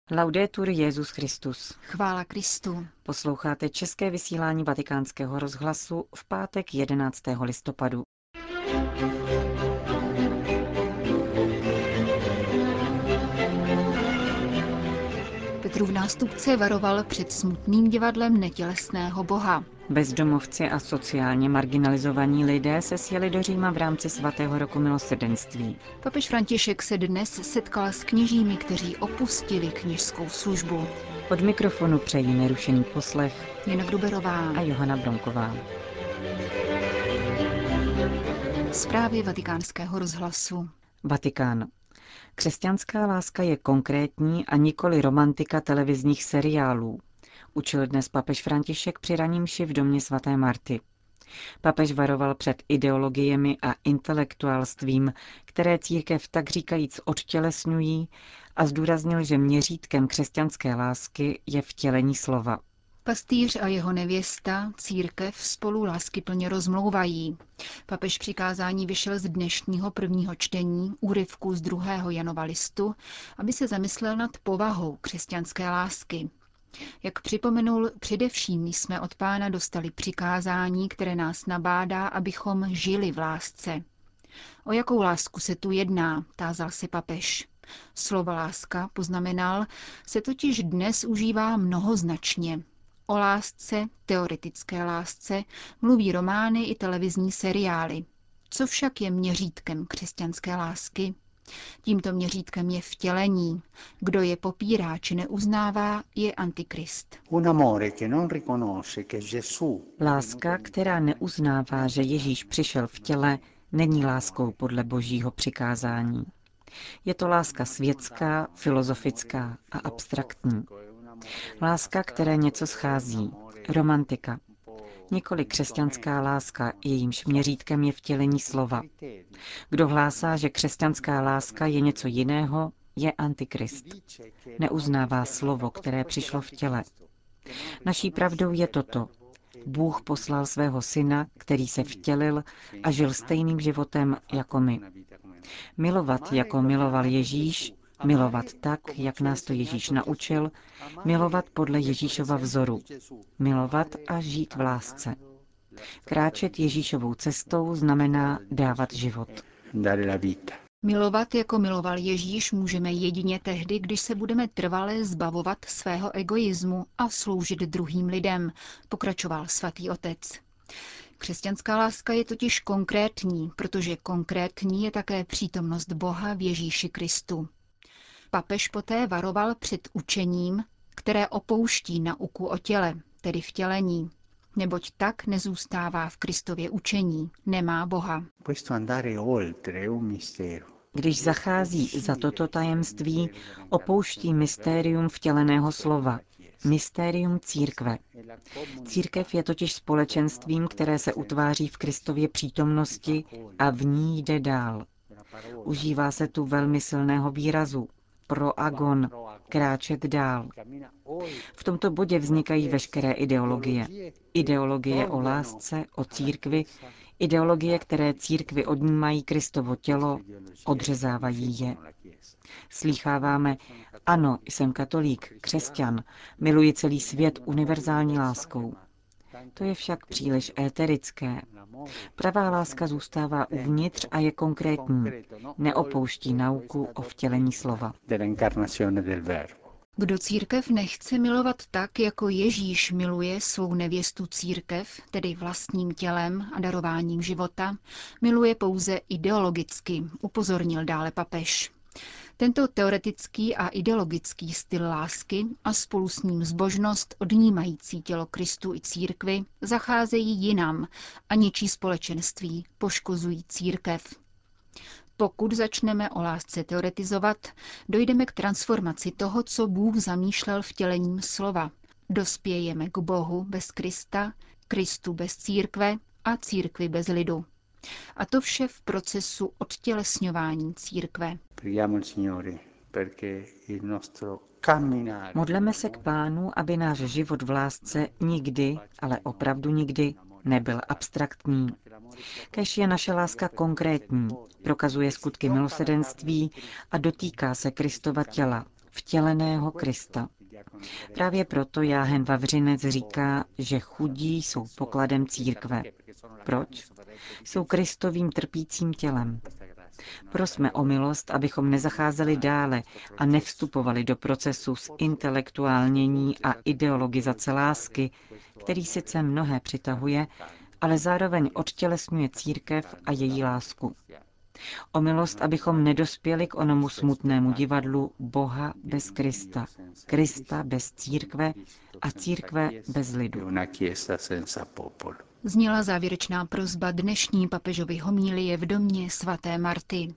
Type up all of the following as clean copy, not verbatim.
Laudetur Jesus Christus. Chvála Kristu. Posloucháte české vysílání Vatikánského rozhlasu v pátek 11. listopadu. Petrův nástupce varoval před smutným divadlem netělesného Boha. Bezdomovci a sociálně marginalizovaní lidé se sjeli do Říma v rámci svatého roku milosrdenství. Papež František se dnes setkal s kněžími, kteří opustili kněžskou službu. Od mikrofonu přejí nerušený poslech Jana Gruberová a Johana Bronková. Zprávy Vatikánského rozhlasu. Vatikán. Křesťanská láska je konkrétní a nikoli romantika televizních seriálů, učil dnes papež František při raní mši v domě svaté Marty. Papež varoval před ideologiemi a intelektuálstvím, které církev tak říkajíc odtělesňují, a zdůraznil, že měřítkem křesťanské lásky je vtělení slova. Pastýř a jeho nevěsta, církev, spolu láskyplně rozmlouvají. Papež přikázání vyšel z dnešního prvního čtení, úryvku z 2. Janova listu, aby se zamyslel nad povahou křesťanské lásky. Jak připomenul, především jsme od Pána dostali přikázání, které nás nabádá, abychom žili v lásce. O jakou lásku se tu jedná, tázal se papež. Slovo láska, poznamenal, se totiž dnes užívá mnohoznačně. O lásce, teoretické lásce, mluví romány i televizní seriály. Co však je měřítkem křesťanské lásky? Tímto měřítkem je vtělení. Kdo je popírá či neuznává, je antikrist. Láska, která neuznává, že Ježíš přišel v těle, není láskou podle božího přikázání. Je to láska světská, filozofická a abstraktní. Láska, které něco schází. Romantika. Nikoli křesťanská láska, jejímž měřítkem je vtělení slova. Kdo hlásá, že křesťanská láska je něco jiného, je antikrist. Neuznává slovo, které přišlo v těle. Naší pravdou je toto. Bůh poslal svého syna, který se vtělil a žil stejným životem jako my. Milovat, jako miloval Ježíš, milovat tak, jak nás to Ježíš naučil, milovat podle Ježíšova vzoru, milovat a žít v lásce. Kráčet Ježíšovou cestou znamená dávat život. Milovat, jako miloval Ježíš, můžeme jedině tehdy, když se budeme trvale zbavovat svého egoismu a sloužit druhým lidem, pokračoval svatý otec. Křesťanská láska je totiž konkrétní, protože konkrétní je také přítomnost Boha v Ježíši Kristu. Papež poté varoval před učením, které opouští nauku o těle, tedy vtělení, neboť tak nezůstává v Kristově učení, nemá Boha. Když zachází za toto tajemství, opouští mystérium vtěleného slova, mystérium církve. Církev je totiž společenstvím, které se utváří v Kristově přítomnosti a v ní jde dál. Užívá se tu velmi silného výrazu, proagon, kráčet dál. V tomto bodě vznikají veškeré ideologie. Ideologie o lásce, o církvi, ideologie, které církvi odnímají Kristovo tělo, odřezávají je. Slýcháváme, ano, jsem katolík, křesťan, miluji celý svět univerzální láskou. To je však příliš éterické. Pravá láska zůstává uvnitř a je konkrétní. Neopouští nauku o vtělení slova. Kdo církev nechce milovat tak, jako Ježíš miluje svou nevěstu církev, tedy vlastním tělem a darováním života, miluje pouze ideologicky, upozornil dále papež. Tento teoretický a ideologický styl lásky a spolu s ním zbožnost odnímající tělo Kristu i církvi zacházejí jinam a ničí společenství, poškozují církev. Pokud začneme o lásce teoretizovat, dojdeme k transformaci toho, co Bůh zamýšlel vtělením slova. Dospějeme k Bohu bez Krista, Kristu bez církve a církvi bez lidu. A to vše v procesu odtělesňování církve. Modleme se k Pánu, aby náš život v lásce nikdy, ale opravdu nikdy, nebyl abstraktní. Kéž je naše láska konkrétní, prokazuje skutky milosrdenství a dotýká se Kristova těla, vtěleného Krista. Právě proto Jáhen Vavřinec říká, že chudí jsou pokladem církve. Proč? Jsou Kristovým trpícím tělem. Prosme o milost, abychom nezacházeli dále a nevstupovali do procesu zintelektuálnění a ideologizace lásky, který sice mnohé přitahuje, ale zároveň odtělesňuje církev a její lásku. O milost, abychom nedospěli k onomu smutnému divadlu Boha bez Krista, Krista bez církve a církve bez lidu. Zněla závěrečná prosba dnešní papežovy homilie v domě svaté Marty.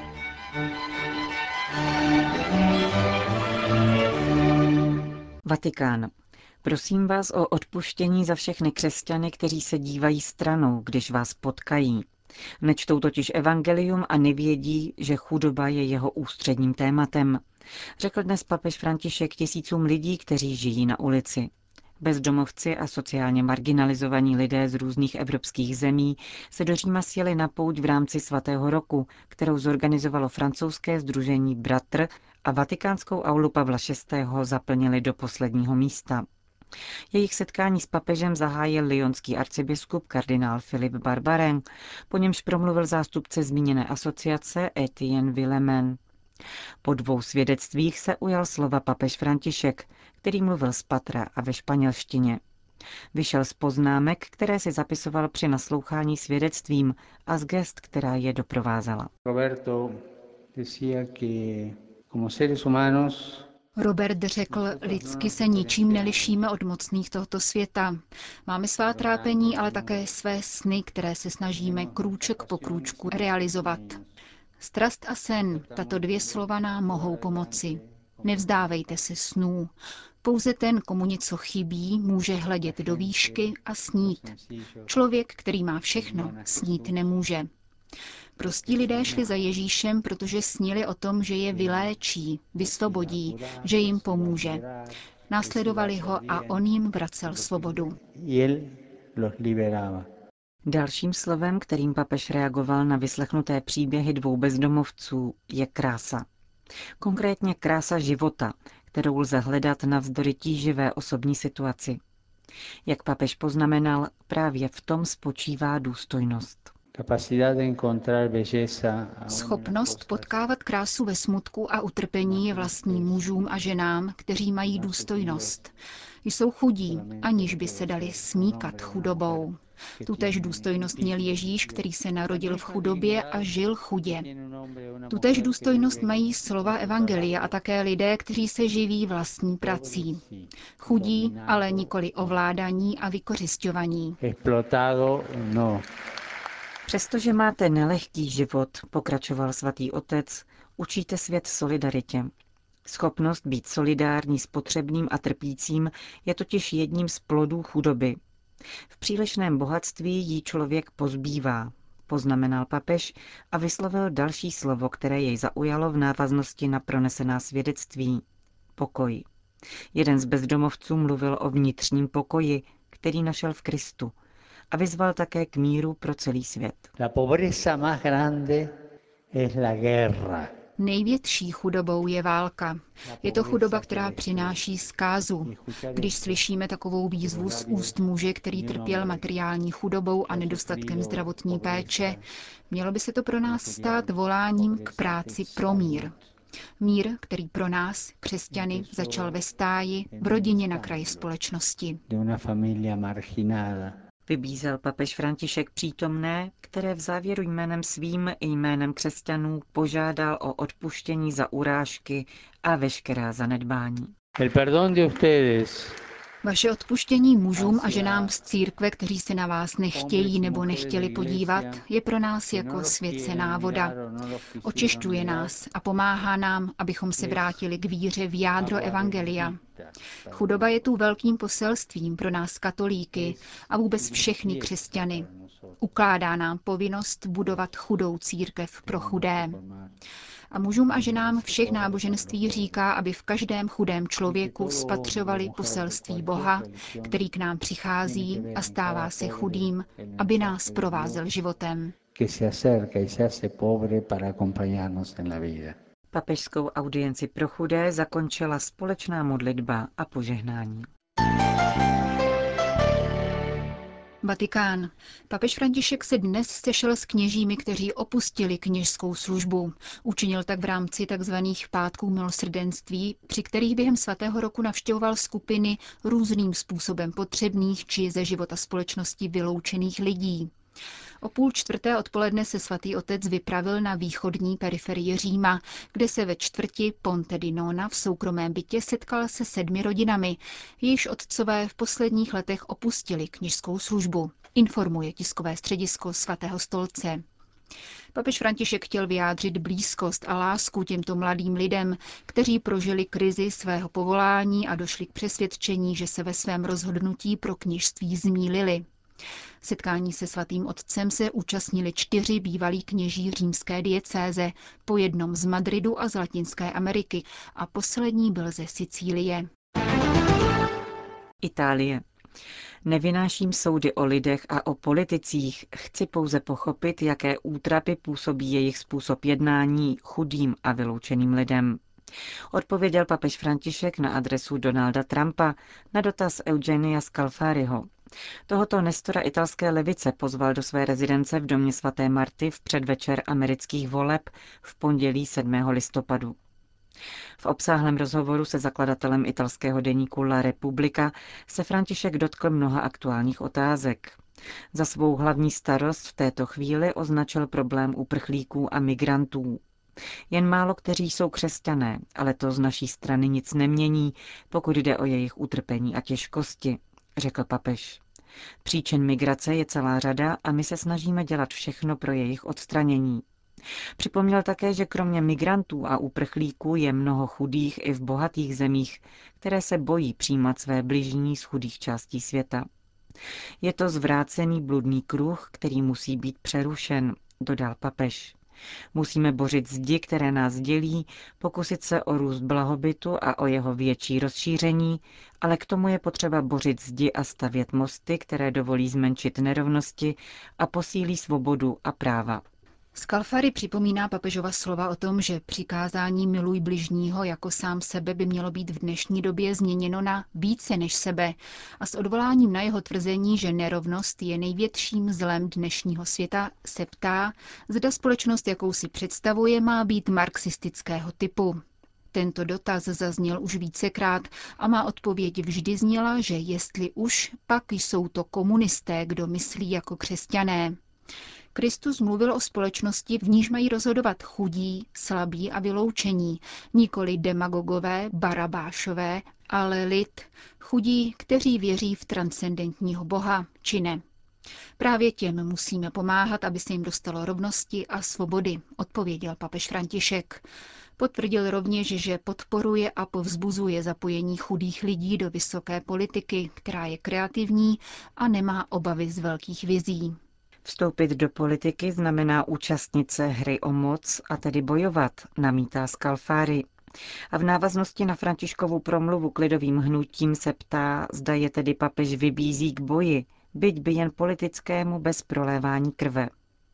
Vatikán. Prosím vás o odpuštění za všechny křesťany, kteří se dívají stranou, když vás potkají. Nečtou totiž evangelium a nevědí, že chudoba je jeho ústředním tématem, řekl dnes papež František tisícům lidí, kteří žijí na ulici. Bezdomovci a sociálně marginalizovaní lidé z různých evropských zemí se do Říma sjeli na pouť v rámci svatého roku, kterou zorganizovalo francouzské sdružení Bratr a vatikánskou aulu Pavla VI. Zaplnili do posledního místa. Jejich setkání s papežem zahájil lyonský arcibiskup kardinál Philippe Barbarin, po němž promluvil zástupce zmíněné asociace Etienne Villemin. Po 2 svědectvích se ujal slova papež František, který mluvil z patra a ve španělštině. Vyšel z poznámek, které si zapisoval při naslouchání svědectvím a z gest, která je doprovázela. Robert řekl, lidsky se ničím nelišíme od mocných tohoto světa. Máme svá trápení, ale také své sny, které se snažíme krůček po krůčku realizovat. Strast a sen, tato 2 slova nám mohou pomoci. Nevzdávejte se snů. Pouze ten, komu něco chybí, může hledět do výšky a snít. Člověk, který má všechno, snít nemůže. Prostí lidé šli za Ježíšem, protože snili o tom, že je vyléčí, vysvobodí, že jim pomůže. Následovali ho a on jim vracel svobodu. Dalším slovem, kterým papež reagoval na vyslechnuté příběhy 2 bezdomovců, je krása. Konkrétně krása života, kterou lze hledat navzdory tíživé osobní situaci. Jak papež poznamenal, právě v tom spočívá důstojnost. Schopnost potkávat krásu ve smutku a utrpení je vlastní mužům a ženám, kteří mají důstojnost. Jsou chudí, aniž by se dali smíkat chudobou. Tutéž důstojnost měl Ježíš, který se narodil v chudobě a žil chudě. Tutéž důstojnost mají slova evangelia a také lidé, kteří se živí vlastní prací. Chudí, ale nikoli ovládaní a vykořisťovaní. Přestože máte nelehký život, pokračoval svatý otec, učíte svět solidaritě. Schopnost být solidární s potřebným a trpícím je totiž jedním z plodů chudoby. V přílišném bohatství jí člověk pozbývá, poznamenal papež a vyslovil další slovo, které jej zaujalo v návaznosti na pronesená svědectví. Pokoj. Jeden z bezdomovců mluvil o vnitřním pokoji, který našel v Kristu, a vyzval také k míru pro celý svět. Největší chudobou je válka. Je to chudoba, která přináší zkázu. Když slyšíme takovou výzvu z úst muže, který trpěl materiální chudobou a nedostatkem zdravotní péče, mělo by se to pro nás stát voláním k práci pro mír. Mír, který pro nás, křesťany, začal ve stáji, v rodině na kraji společnosti. Vybízel papež František přítomné, které v závěru jménem svým i jménem křesťanů požádal o odpuštění za urážky a veškerá zanedbání. Vaše odpuštění mužům a ženám z církve, kteří se na vás nechtějí nebo nechtěli podívat, je pro nás jako svěcená voda. Očišťuje nás a pomáhá nám, abychom se vrátili k víře v jádro evangelia. Chudoba je tu velkým poselstvím pro nás katolíky a vůbec všechny křesťany. Ukládá nám povinnost budovat chudou církev pro chudé. A mužům a ženám všech náboženství říká, aby v každém chudém člověku spatřovali poselství Boha, který k nám přichází a stává se chudým, aby nás provázel životem. Papežskou audienci pro chudé zakončila společná modlitba a požehnání. Vatikán. Papež František se dnes sešel s kněžími, kteří opustili kněžskou službu. Učinil tak v rámci tzv. Pátků milosrdenství, při kterých během svatého roku navštěvoval skupiny různým způsobem potřebných či ze života společnosti vyloučených lidí. O 3:30 odpoledne se svatý otec vypravil na východní periferii Říma, kde se ve čtvrti Ponte di Nona v soukromém bytě setkal se 7 rodinami, jejichž otcové v posledních letech opustili kněžskou službu, informuje tiskové středisko Svatého stolce. Papež František chtěl vyjádřit blízkost a lásku těmto mladým lidem, kteří prožili krizi svého povolání a došli k přesvědčení, že se ve svém rozhodnutí pro kněžství zmýlili. Setkání se svatým otcem se účastnili 4 bývalí kněží římské diecéze, po jednom z Madridu a z Latinské Ameriky a poslední byl ze Sicílie. Itálie. Nevynáším soudy o lidech a o politicích, chci pouze pochopit, jaké útrapy působí jejich způsob jednání chudým a vyloučeným lidem. Odpověděl papež František na adresu Donalda Trumpa na dotaz Eugenia Scalfariho. Tohoto nestora italské levice pozval do své rezidence v domě svaté Marty v předvečer amerických voleb v pondělí 7. listopadu. V obsáhlém rozhovoru se zakladatelem italského deníku La Repubblica se František dotkl mnoha aktuálních otázek. Za svou hlavní starost v této chvíli označil problém uprchlíků a migrantů. Jen málo kteří jsou křesťané, ale to z naší strany nic nemění, pokud jde o jejich utrpení a těžkosti, řekl papež. Příčin migrace je celá řada a my se snažíme dělat všechno pro jejich odstranění. Připomněl také, že kromě migrantů a uprchlíků je mnoho chudých i v bohatých zemích, které se bojí přijímat své bližní z chudých částí světa. Je to zvrácený bludný kruh, který musí být přerušen, dodal papež. Musíme bořit zdi, které nás dělí, pokusit se o růst blahobytu a o jeho větší rozšíření, ale k tomu je potřeba bořit zdi a stavět mosty, které dovolí zmenšit nerovnosti a posílí svobodu a práva. Scalfari připomíná papežova slova o tom, že přikázání miluj bližního jako sám sebe by mělo být v dnešní době změněno na více než sebe a s odvoláním na jeho tvrzení, že nerovnost je největším zlem dnešního světa, se ptá, zda společnost, jakou si představuje, má být marxistického typu. Tento dotaz zazněl už vícekrát a má odpověď vždy zněla, že jestli už, pak jsou to komunisté, kdo myslí jako křesťané. Kristus mluvil o společnosti, v níž mají rozhodovat chudí, slabí a vyloučení, nikoli demagogové, barabášové, ale lid, chudí, kteří věří v transcendentního Boha, či ne. Právě těm musíme pomáhat, aby se jim dostalo rovnosti a svobody, odpověděl papež František. Potvrdil rovněž, že podporuje a povzbuzuje zapojení chudých lidí do vysoké politiky, která je kreativní a nemá obavy z velkých vizí. Vstoupit do politiky znamená účastnit se hry o moc a tedy bojovat, namítá Scalfari. A v návaznosti na Františkovu promluvu k lidovým hnutím se ptá, zda je tedy papež vybízí k boji, byť by jen politickému bez prolévání krve.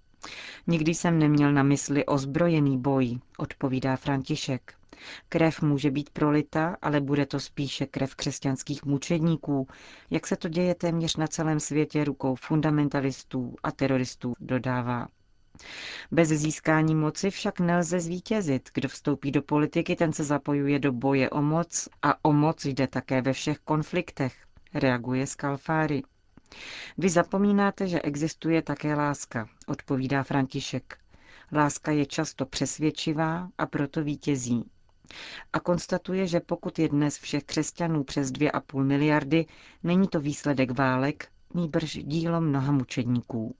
Nikdy jsem neměl na mysli ozbrojený boj, odpovídá František. Krev může být prolita, ale bude to spíše krev křesťanských mučedníků, jak se to děje téměř na celém světě rukou fundamentalistů a teroristů, dodává. Bez získání moci však nelze zvítězit. Kdo vstoupí do politiky, ten se zapojuje do boje o moc a o moc jde také ve všech konfliktech, reaguje Scalfari. Vy zapomínáte, že existuje také láska, odpovídá František. Láska je často přesvědčivá a proto vítězí. A konstatuje, že pokud je dnes všech křesťanů přes 2,5 miliardy, není to výsledek válek, nýbrž dílo mnoha mučedníků.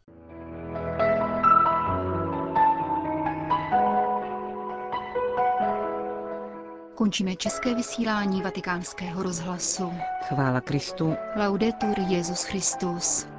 Končíme české vysílání Vatikánského rozhlasu. Chvála Kristu. Laudetur Jesus Christus.